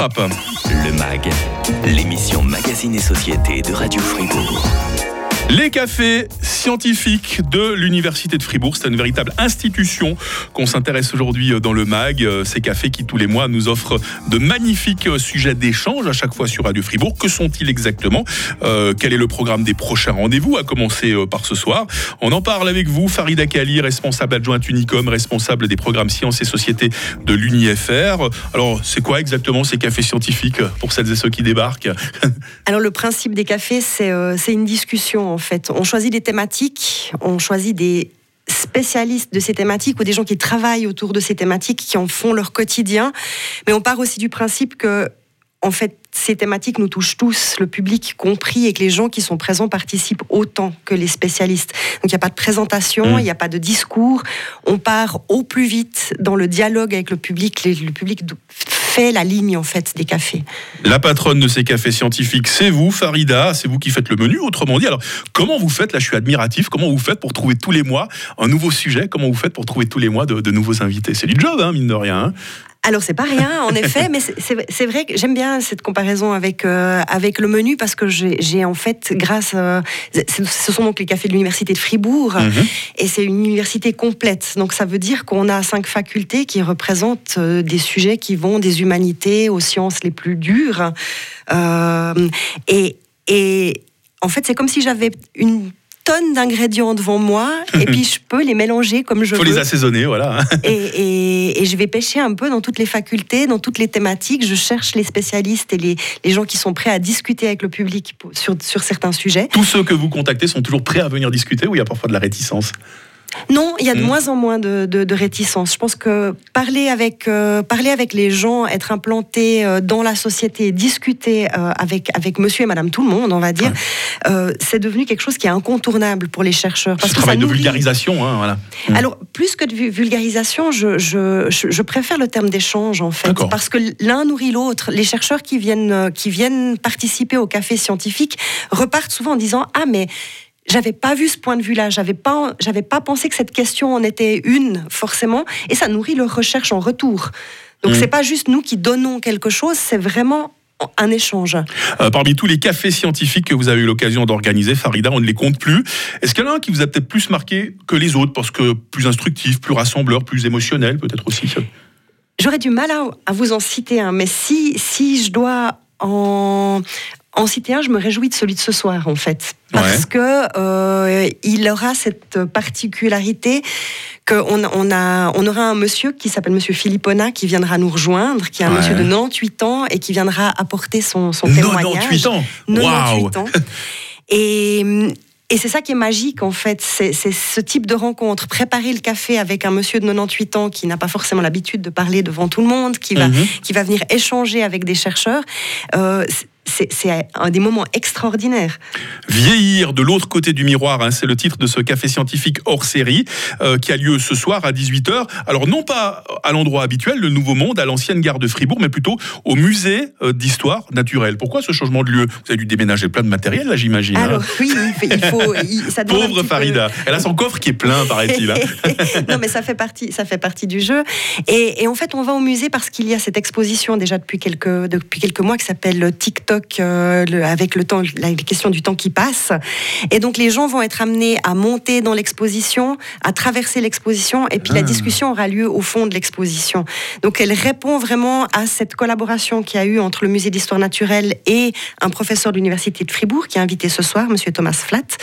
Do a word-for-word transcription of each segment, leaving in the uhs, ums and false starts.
Trappe. Le MAG, l'émission Magazine et Société de Radio Fribourg. Les cafés scientifiques de l'Université de Fribourg, c'est une véritable institution qu'on s'intéresse aujourd'hui dans le MAG. Ces cafés qui tous les mois nous offrent de magnifiques sujets d'échange à chaque fois sur Radio Fribourg. Que sont-ils exactement ? euh, Quel est le programme des prochains rendez-vous, à commencer par ce soir ? On en parle avec vous, Farida Kali, responsable adjointe Unicom, responsable des programmes Sciences et Société de l'U N I F R. Alors, c'est quoi exactement ces cafés scientifiques pour celles et ceux qui débarquent ? Alors, le principe des cafés, c'est, euh, c'est une discussion en fait. On choisit des thématiques, on choisit des spécialistes de ces thématiques ou des gens qui travaillent autour de ces thématiques, qui en font leur quotidien. Mais on part aussi du principe que, en fait, ces thématiques nous touchent tous, le public compris, et que les gens qui sont présents participent autant que les spécialistes. Donc il n'y a pas de présentation, il n'y a pas de discours. On part au plus vite dans le dialogue avec le public. Le public fait la ligne en fait des cafés. La patronne de ces cafés scientifiques, c'est vous, Farida. C'est vous qui faites le menu, autrement dit. Alors comment vous faites, là je suis admiratif, comment vous faites pour trouver tous les mois un nouveau sujet ? Comment vous faites pour trouver tous les mois de, de nouveaux invités ? C'est du job, hein, mine de rien. Hein. Alors c'est pas rien en effet, mais c'est, c'est, c'est vrai que j'aime bien cette comparaison avec euh, avec le menu parce que j'ai, j'ai en fait grâce euh, ce sont donc les cafés de l'université de Fribourg mm-hmm. et c'est une université complète, donc ça veut dire qu'on a cinq facultés qui représentent euh, des sujets qui vont des humanités aux sciences les plus dures euh, et et en fait c'est comme si j'avais une tonnes d'ingrédients devant moi et puis je peux les mélanger comme je veux. Il faut les assaisonner, voilà. et, et, et je vais pêcher un peu dans toutes les facultés, dans toutes les thématiques. Je cherche les spécialistes et les, les gens qui sont prêts à discuter avec le public sur, sur certains sujets. Tous ceux que vous contactez sont toujours prêts à venir discuter ou il y a parfois de la réticence ? Non, il y a de mmh. moins en moins de, de, de réticence. Je pense que parler avec, euh, parler avec les gens, être implanté euh, dans la société, discuter euh, avec, avec monsieur et madame tout le monde, on va dire, ouais. euh, c'est devenu quelque chose qui est incontournable pour les chercheurs. Parce Ce que travail ça de nourrit... vulgarisation, hein, voilà. Mmh. Alors, plus que de vulgarisation, je, je, je, je préfère le terme d'échange, en fait. D'accord. Parce que l'un nourrit l'autre. Les chercheurs qui viennent, qui viennent participer au café scientifique repartent souvent en disant « Ah, mais... » J'avais pas vu ce point de vue-là, j'avais pas, j'avais pas pensé que cette question en était une, forcément, et ça nourrit leur recherche en retour. Donc mmh. c'est pas juste nous qui donnons quelque chose, c'est vraiment un échange. Euh, parmi tous les cafés scientifiques que vous avez eu l'occasion d'organiser, Farida, on ne les compte plus. Est-ce qu'il y en a un qui vous a peut-être plus marqué que les autres, parce que plus instructif, plus rassembleur, plus émotionnel, peut-être aussi ? J'aurais du mal à, à vous en citer un, mais si, si je dois en... En citer un, je me réjouis de celui de ce soir, en fait. Parce ouais. que euh, il aura cette particularité qu'on on a, on aura un monsieur qui s'appelle monsieur Philippona qui viendra nous rejoindre, qui est un ouais. monsieur de quatre-vingt-dix-huit ans et qui viendra apporter son, son témoignage. quatre-vingt-dix-huit ans quatre-vingt-dix-huit ans. Et... Et c'est ça qui est magique, en fait, c'est, c'est ce type de rencontre. Préparer le café avec un monsieur de quatre-vingt-dix-huit ans qui n'a pas forcément l'habitude de parler devant tout le monde, qui va, mm-hmm. qui va venir échanger avec des chercheurs, euh, c'est, c'est un des moments extraordinaires. Vieillir de l'autre côté du miroir, hein, c'est le titre de ce café scientifique hors série euh, qui a lieu ce soir à dix-huit heures. Alors non pas à l'endroit habituel, le Nouveau Monde, à l'ancienne gare de Fribourg, mais plutôt au musée d'histoire naturelle. Pourquoi ce changement de lieu ? Vous avez dû déménager plein de matériel, là, j'imagine. Alors hein. oui, il faut... Il, ça Pauvre Farida, peu... elle a son coffre qui est plein, paraît-il. Hein. Non, mais ça fait partie, ça fait partie du jeu. Et, et en fait, on va au musée parce qu'il y a cette exposition déjà depuis quelques, depuis quelques mois qui s'appelle TikTok, euh, le, avec le temps, la question du temps qui passe. Et donc, les gens vont être amenés à monter dans l'exposition, à traverser l'exposition, et puis ah. la discussion aura lieu au fond de l'exposition. Donc, elle répond vraiment à cette collaboration qu'il y a eu entre le musée d'histoire naturelle et un professeur de l'université de Fribourg qui est invité ce soir, monsieur Thomas Flatt.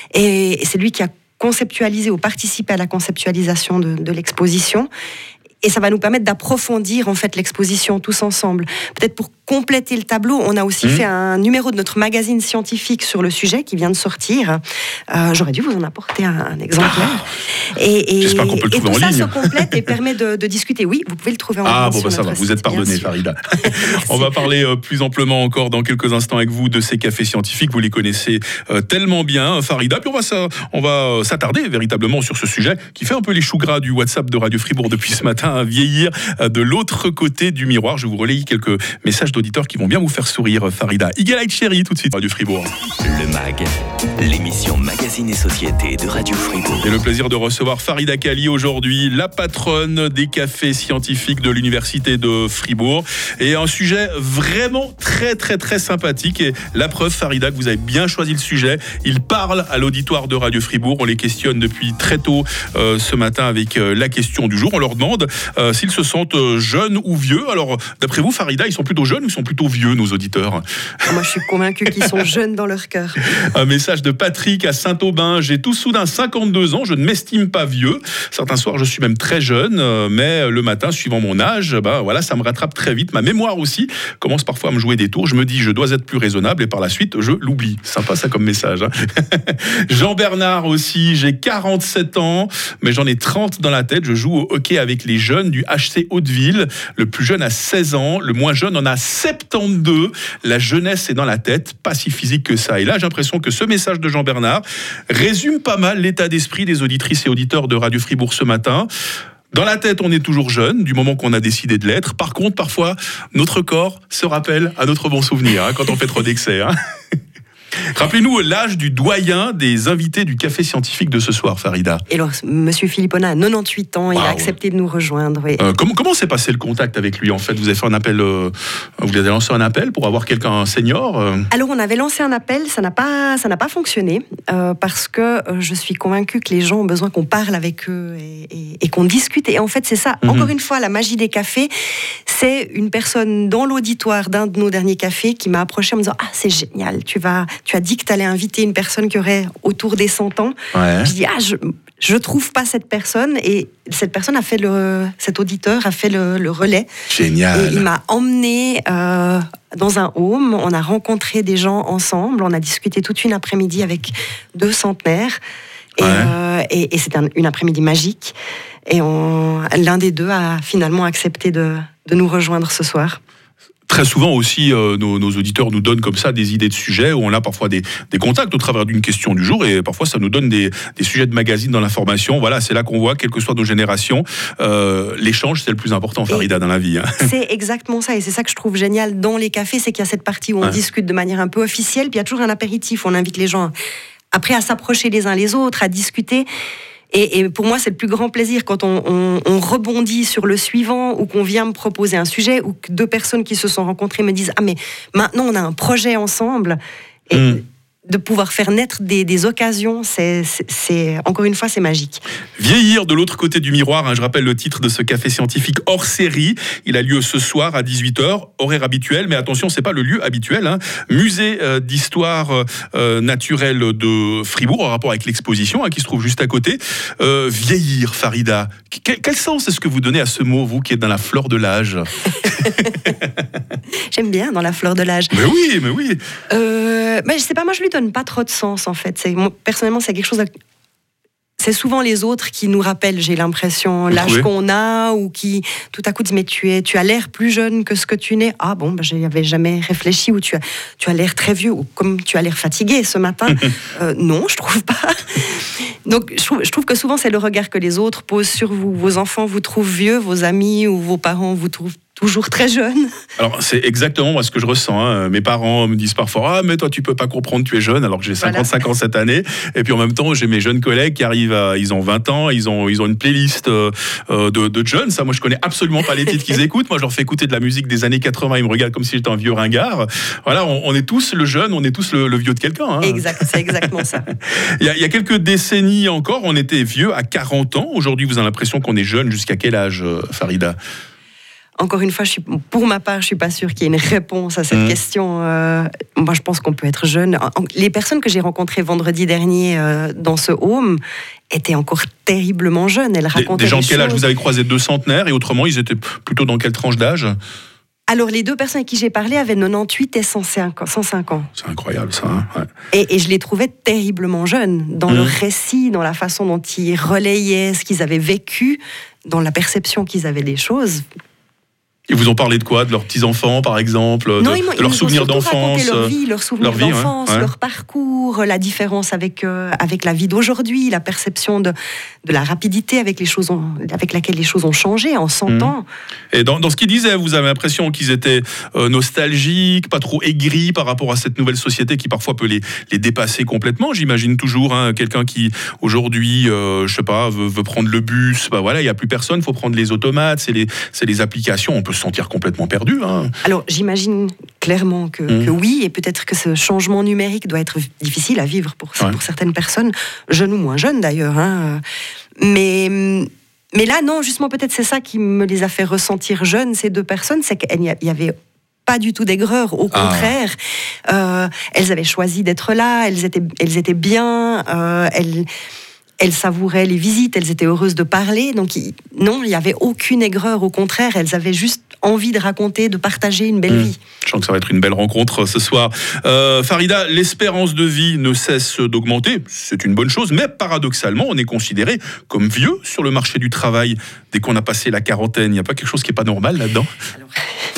Et c'est lui qui a conceptualisé ou participé à la conceptualisation de, de l'exposition. Et ça va nous permettre d'approfondir en fait l'exposition tous ensemble. Peut-être pour compléter le tableau, on a aussi mmh. fait un numéro de notre magazine scientifique sur le sujet qui vient de sortir. Euh, j'aurais dû vous en apporter un, un exemplaire. Ah, et, et, J'espère qu'on peut le trouver en ligne. Et tout ça se complète et permet de, de discuter. Oui, vous pouvez le trouver en ligne. Ah bon, bah ça va, vous êtes pardonné, Farida. On va parler euh, plus amplement encore dans quelques instants avec vous de ces cafés scientifiques. Vous les connaissez euh, tellement bien, Farida. Puis on va, ça, on va euh, s'attarder véritablement sur ce sujet qui fait un peu les choux gras du WhatsApp de Radio Fribourg depuis ce matin, à vieillir de l'autre côté du miroir. Je vous relaye quelques messages de d'auditeurs qui vont bien vous faire sourire, Farida. Eagle-Eye Cherry, tout de suite, Radio Fribourg. Le Mag, l'émission Magazine et Société de Radio Fribourg. Et le plaisir de recevoir Farida Kali aujourd'hui, la patronne des cafés scientifiques de l'Université de Fribourg. Et un sujet vraiment très très très sympathique. Et la preuve, Farida, que vous avez bien choisi le sujet. Il parle à l'auditoire de Radio Fribourg. On les questionne depuis très tôt euh, ce matin avec euh, la question du jour. On leur demande euh, s'ils se sentent euh, jeunes ou vieux. Alors, d'après vous, Farida, ils sont plutôt jeunes ou ils sont plutôt vieux, nos auditeurs? Moi, je suis convaincue qu'ils sont jeunes dans leur cœur. Un message de Patrick à Saint-Aubin. J'ai tout soudain cinquante-deux ans, je ne m'estime pas vieux. Certains soirs, je suis même très jeune, mais le matin, suivant mon âge, bah, voilà, ça me rattrape très vite. Ma mémoire aussi commence parfois à me jouer des tours. Je me dis, je dois être plus raisonnable et par la suite, je l'oublie. Sympa ça comme message. Hein. Jean-Bernard aussi, j'ai quarante-sept ans, mais j'en ai trente dans la tête. Je joue au hockey avec les jeunes du H C Hauteville. Le plus jeune a seize ans, le moins jeune en a soixante-douze. La jeunesse est dans la tête, pas si physique que ça. Et là, j'ai l'impression que ce message de Jean-Bernard résume pas mal l'état d'esprit des auditrices et auditeurs de Radio Fribourg ce matin. Dans la tête, on est toujours jeune, du moment qu'on a décidé de l'être. Par contre, parfois, notre corps se rappelle à notre bon souvenir, hein, quand on fait trop d'excès. Hein. Rappelez-nous l'âge du doyen des invités du café scientifique de ce soir, Farida. Et alors, Monsieur Philippona a quatre-vingt-dix-huit ans, il wow. a accepté de nous rejoindre. Oui. Euh, comment, comment s'est passé le contact avec lui en fait? Vous avez fait un appel, euh, vous avez lancé un appel pour avoir quelqu'un senior euh... Alors on avait lancé un appel, ça n'a pas, ça n'a pas fonctionné euh, parce que euh, je suis convaincue que les gens ont besoin qu'on parle avec eux et, et, et qu'on discute. Et en fait, c'est ça. Mm-hmm. Encore une fois, la magie des cafés, c'est une personne dans l'auditoire d'un de nos derniers cafés qui m'a approché en me disant ah c'est génial, tu vas Tu as dit que tu allais inviter une personne qui aurait autour des cent ans. Ouais. Je dis, ah, je je trouve pas cette personne. Et cette personne a fait le, cet auditeur a fait le, le relais. Génial. Et il m'a emmené euh, dans un home. On a rencontré des gens ensemble. On a discuté toute une après-midi avec deux centenaires. Et, ouais. euh, et, et c'était un, une après-midi magique. Et on, l'un des deux a finalement accepté de, de nous rejoindre ce soir. Très souvent aussi, euh, nos, nos auditeurs nous donnent comme ça des idées de sujets où on a parfois des, des contacts au travers d'une question du jour et parfois ça nous donne des, des sujets de magazine dans l'information. Voilà, c'est là qu'on voit, quelles que soient nos générations, euh, l'échange c'est le plus important, Farida, et dans la vie. Hein. C'est exactement ça et c'est ça que je trouve génial dans les cafés, c'est qu'il y a cette partie où on ouais. discute de manière un peu officielle, puis il y a toujours un apéritif, on invite les gens après à s'approcher les uns les autres, à discuter. Et, et pour moi, c'est le plus grand plaisir quand on, on, on rebondit sur le suivant ou qu'on vient me proposer un sujet ou que deux personnes qui se sont rencontrées me disent « Ah, mais maintenant, on a un projet ensemble. » Et mmh. de pouvoir faire naître des, des occasions, c'est, c'est, c'est, encore une fois, c'est magique. Vieillir de l'autre côté du miroir, hein, je rappelle le titre de ce café scientifique hors série. Il a lieu ce soir à dix-huit heures, horaire habituel, mais attention, c'est pas le lieu habituel. Hein. Musée euh, d'histoire euh, naturelle de Fribourg, en rapport avec l'exposition hein, qui se trouve juste à côté. Euh, vieillir, Farida. Quel, quel sens est-ce que vous donnez à ce mot, vous qui êtes dans la fleur de l'âge? J'aime bien dans la fleur de l'âge. Mais oui, mais oui. Euh, mais je sais pas, moi je lui donne pas trop de sens en fait. C'est, moi, personnellement, c'est quelque chose. De... C'est souvent les autres qui nous rappellent, j'ai l'impression, l'âge oui. qu'on a ou qui tout à coup disent mais tu es, tu as l'air plus jeune que ce que tu n'es. Ah bon, ben, j'y avais jamais réfléchi. Ou tu as, tu as l'air très vieux ou comme tu as l'air fatigué ce matin. euh, non, je trouve pas. Donc je trouve, je trouve que souvent c'est le regard que les autres posent sur vous. Vos enfants vous trouvent vieux, vos amis ou vos parents vous trouvent toujours très jeune. Alors c'est exactement moi ce que je ressens. Hein. Mes parents me disent parfois ah mais toi tu peux pas comprendre, tu es jeune, alors que j'ai cinquante-cinq voilà. ans cette année. Et puis en même temps j'ai mes jeunes collègues qui arrivent à, ils ont vingt ans, ils ont ils ont une playlist euh, de, de jeunes. Ça moi je connais absolument pas les titres qu'ils écoutent. Moi je leur fais écouter de la musique des années quatre-vingts. Ils me regardent comme si j'étais un vieux ringard. Voilà, on, on est tous le jeune, on est tous le, le vieux de quelqu'un. Hein. Exact, c'est exactement ça. il, y a, il y a quelques décennies encore, on était vieux à quarante ans. Aujourd'hui vous avez l'impression qu'on est jeune jusqu'à quel âge, Farida? Encore une fois, je suis, pour ma part, je suis pas sûre qu'il y ait une réponse à cette mmh. question. Euh, moi, je pense qu'on peut être jeune. Les personnes que j'ai rencontrées vendredi dernier euh, dans ce home étaient encore terriblement jeunes. Elles racontaient des gens des de quel choses. âge? Vous avez croisé deux centenaires et autrement, ils étaient plutôt dans quelle tranche d'âge? Alors, les deux personnes avec qui j'ai parlé avaient quatre-vingt-dix-huit et cent cinq ans. C'est incroyable, ça. Hein ouais. et, et je les trouvais terriblement jeunes dans mmh. leur récit, dans la façon dont ils relayaient ce qu'ils avaient vécu, dans la perception qu'ils avaient des choses. Ils vous ont parlé de quoi? De leurs petits-enfants, par exemple? Non, de, ils, de leurs souvenirs d'enfance? Leur vie, leurs souvenirs leur vie, d'enfance, ouais, ouais. leur parcours, la différence avec, euh, avec la vie d'aujourd'hui, la perception de, de la rapidité avec, les choses ont, avec laquelle les choses ont changé en cent mmh. ans. Et dans, dans ce qu'ils disaient, vous avez l'impression qu'ils étaient euh, nostalgiques, pas trop aigris par rapport à cette nouvelle société qui parfois peut les, les dépasser complètement. J'imagine toujours hein, quelqu'un qui, aujourd'hui, euh, je sais pas, veut, veut prendre le bus, bah voilà, il n'y a plus personne, il faut prendre les automates, c'est les, c'est les applications, on peut se sentir complètement perdu. Hein. Alors, j'imagine clairement que, mmh. que oui, et peut-être que ce changement numérique doit être difficile à vivre pour, ouais. pour certaines personnes, jeunes ou moins jeunes d'ailleurs. Hein. Mais, mais là, non, justement, peut-être c'est ça qui me les a fait ressentir jeunes, ces deux personnes, c'est qu'il y avait pas du tout d'aigreur, au contraire. Ah. Euh, elles avaient choisi d'être là, elles étaient, elles étaient bien, euh, elles... Elles savouraient les visites, elles étaient heureuses de parler. Donc non, il n'y avait aucune aigreur. Au contraire, elles avaient juste envie de raconter, de partager une belle mmh. vie. Je sens que ça va être une belle rencontre ce soir. Euh, Farida, l'espérance de vie ne cesse d'augmenter. C'est une bonne chose, mais paradoxalement, on est considéré comme vieux sur le marché du travail dès qu'on a passé la quarantaine. Il n'y a pas quelque chose qui n'est pas normal là-dedans? Alors,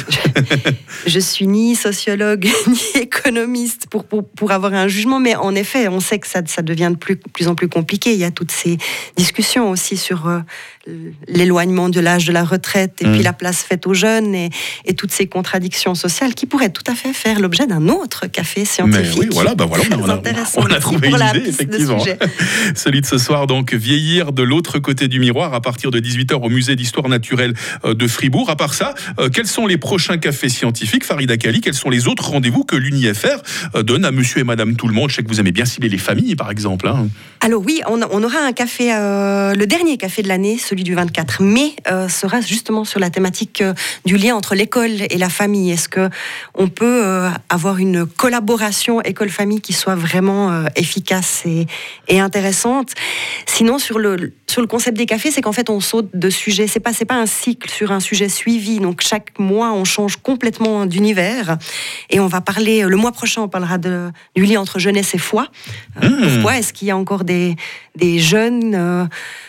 je, je suis ni sociologue ni économiste pour, pour, pour avoir un jugement, mais en effet, on sait que ça, ça devient de plus, plus en plus compliqué. Il y a toutes ces discussions aussi sur euh, l'éloignement de l'âge de la retraite et mmh. puis la place faite aux jeunes et, et toutes ces contradictions sociales qui pourraient tout à fait faire l'objet d'un autre café scientifique. Mais oui, voilà, bah voilà, on, a, on a trouvé une idée, effectivement. Celui de ce soir, donc, vieillir de l'autre côté du miroir à partir de dix-huit heures au musée d'histoire naturelle de Fribourg. À part ça, euh, quels sont les prochains cafés scientifiques, Farida Kali? Quels sont les autres rendez-vous que l'U N I F R donne à monsieur et madame tout le monde? Je sais que vous aimez bien cibler les familles, par exemple. Hein. Alors oui, on, on aura un café, euh, le dernier café de l'année, celui du vingt-quatre mai, euh, sera justement sur la thématique euh, du lien entre l'école et la famille. Est-ce qu'on peut euh, avoir une collaboration école-famille qui soit vraiment euh, efficace et, et intéressante? Sinon, sur le, sur le concept des cafés, c'est qu'en fait, on saute de sujet. C'est pas, c'est pas un cycle sur un sujet suivi. Donc, chaque mois, on change complètement d'univers. Et on va parler, le mois prochain, on parlera de, du lien entre jeunesse et foi. Euh, mmh. Pourquoi est-ce qu'il y a encore des, des jeunes... Euh,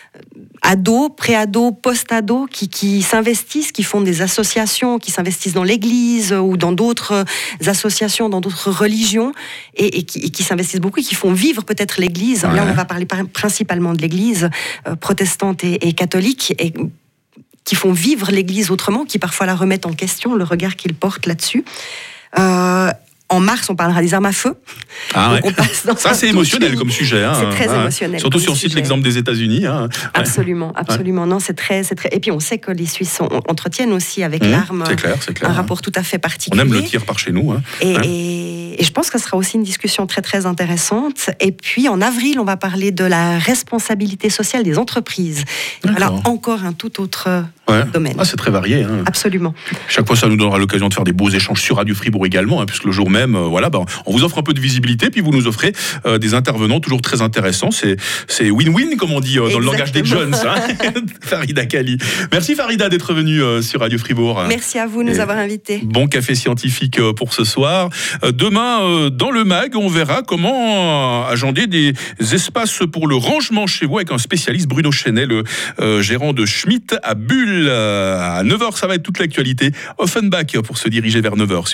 ados, pré-ados, post-ados qui, qui s'investissent, qui font des associations, qui s'investissent dans l'église ou dans d'autres associations, dans d'autres religions et, et, qui, et qui s'investissent beaucoup et qui font vivre peut-être l'église. Ouais. Là, on va parler principalement de l'église euh, protestante et, et catholique et qui font vivre l'église autrement, qui parfois la remettent en question, le regard qu'ils portent là-dessus. Euh, En mars, on parlera des armes à feu. Ah ouais. on Ça, c'est émotionnel comme sujet. Hein. C'est très ah, émotionnel. Surtout si on cite l'exemple des États-Unis. Hein. Absolument, absolument. Ouais. Non, c'est très, c'est très. Et puis, on sait que les Suisses on, entretiennent aussi avec mmh, l'arme c'est clair, c'est clair, un hein. rapport tout à fait particulier. On aime le tir par chez nous. Hein. Et, hein. et, et je pense que ce sera aussi une discussion très, très intéressante. Et puis, en avril, on va parler de la responsabilité sociale des entreprises. Voilà, encore un tout autre ouais. domaine. Ah, c'est très varié. Hein. Absolument. Chaque fois, ça nous donnera l'occasion de faire des beaux échanges sur Radio Fribourg également, hein, puisque le jour même, euh, voilà, bah, on vous offre un peu de visibilité, puis vous nous offrez euh, des intervenants toujours très intéressants. C'est, c'est win-win, comme on dit euh, dans le langage des jeunes, hein. Farida Kali. Merci Farida d'être venue euh, sur Radio Fribourg. Merci à vous de nous avoir invités. Bon café scientifique euh, pour ce soir. Euh, demain, euh, dans le mag, on verra comment euh, agender des espaces pour le rangement chez vous avec un spécialiste, Bruno Chenet, le euh, gérant de Schmitt à Bulle. Euh, à neuf heures, ça va être toute l'actualité. Offenbach pour se diriger vers neuf heures.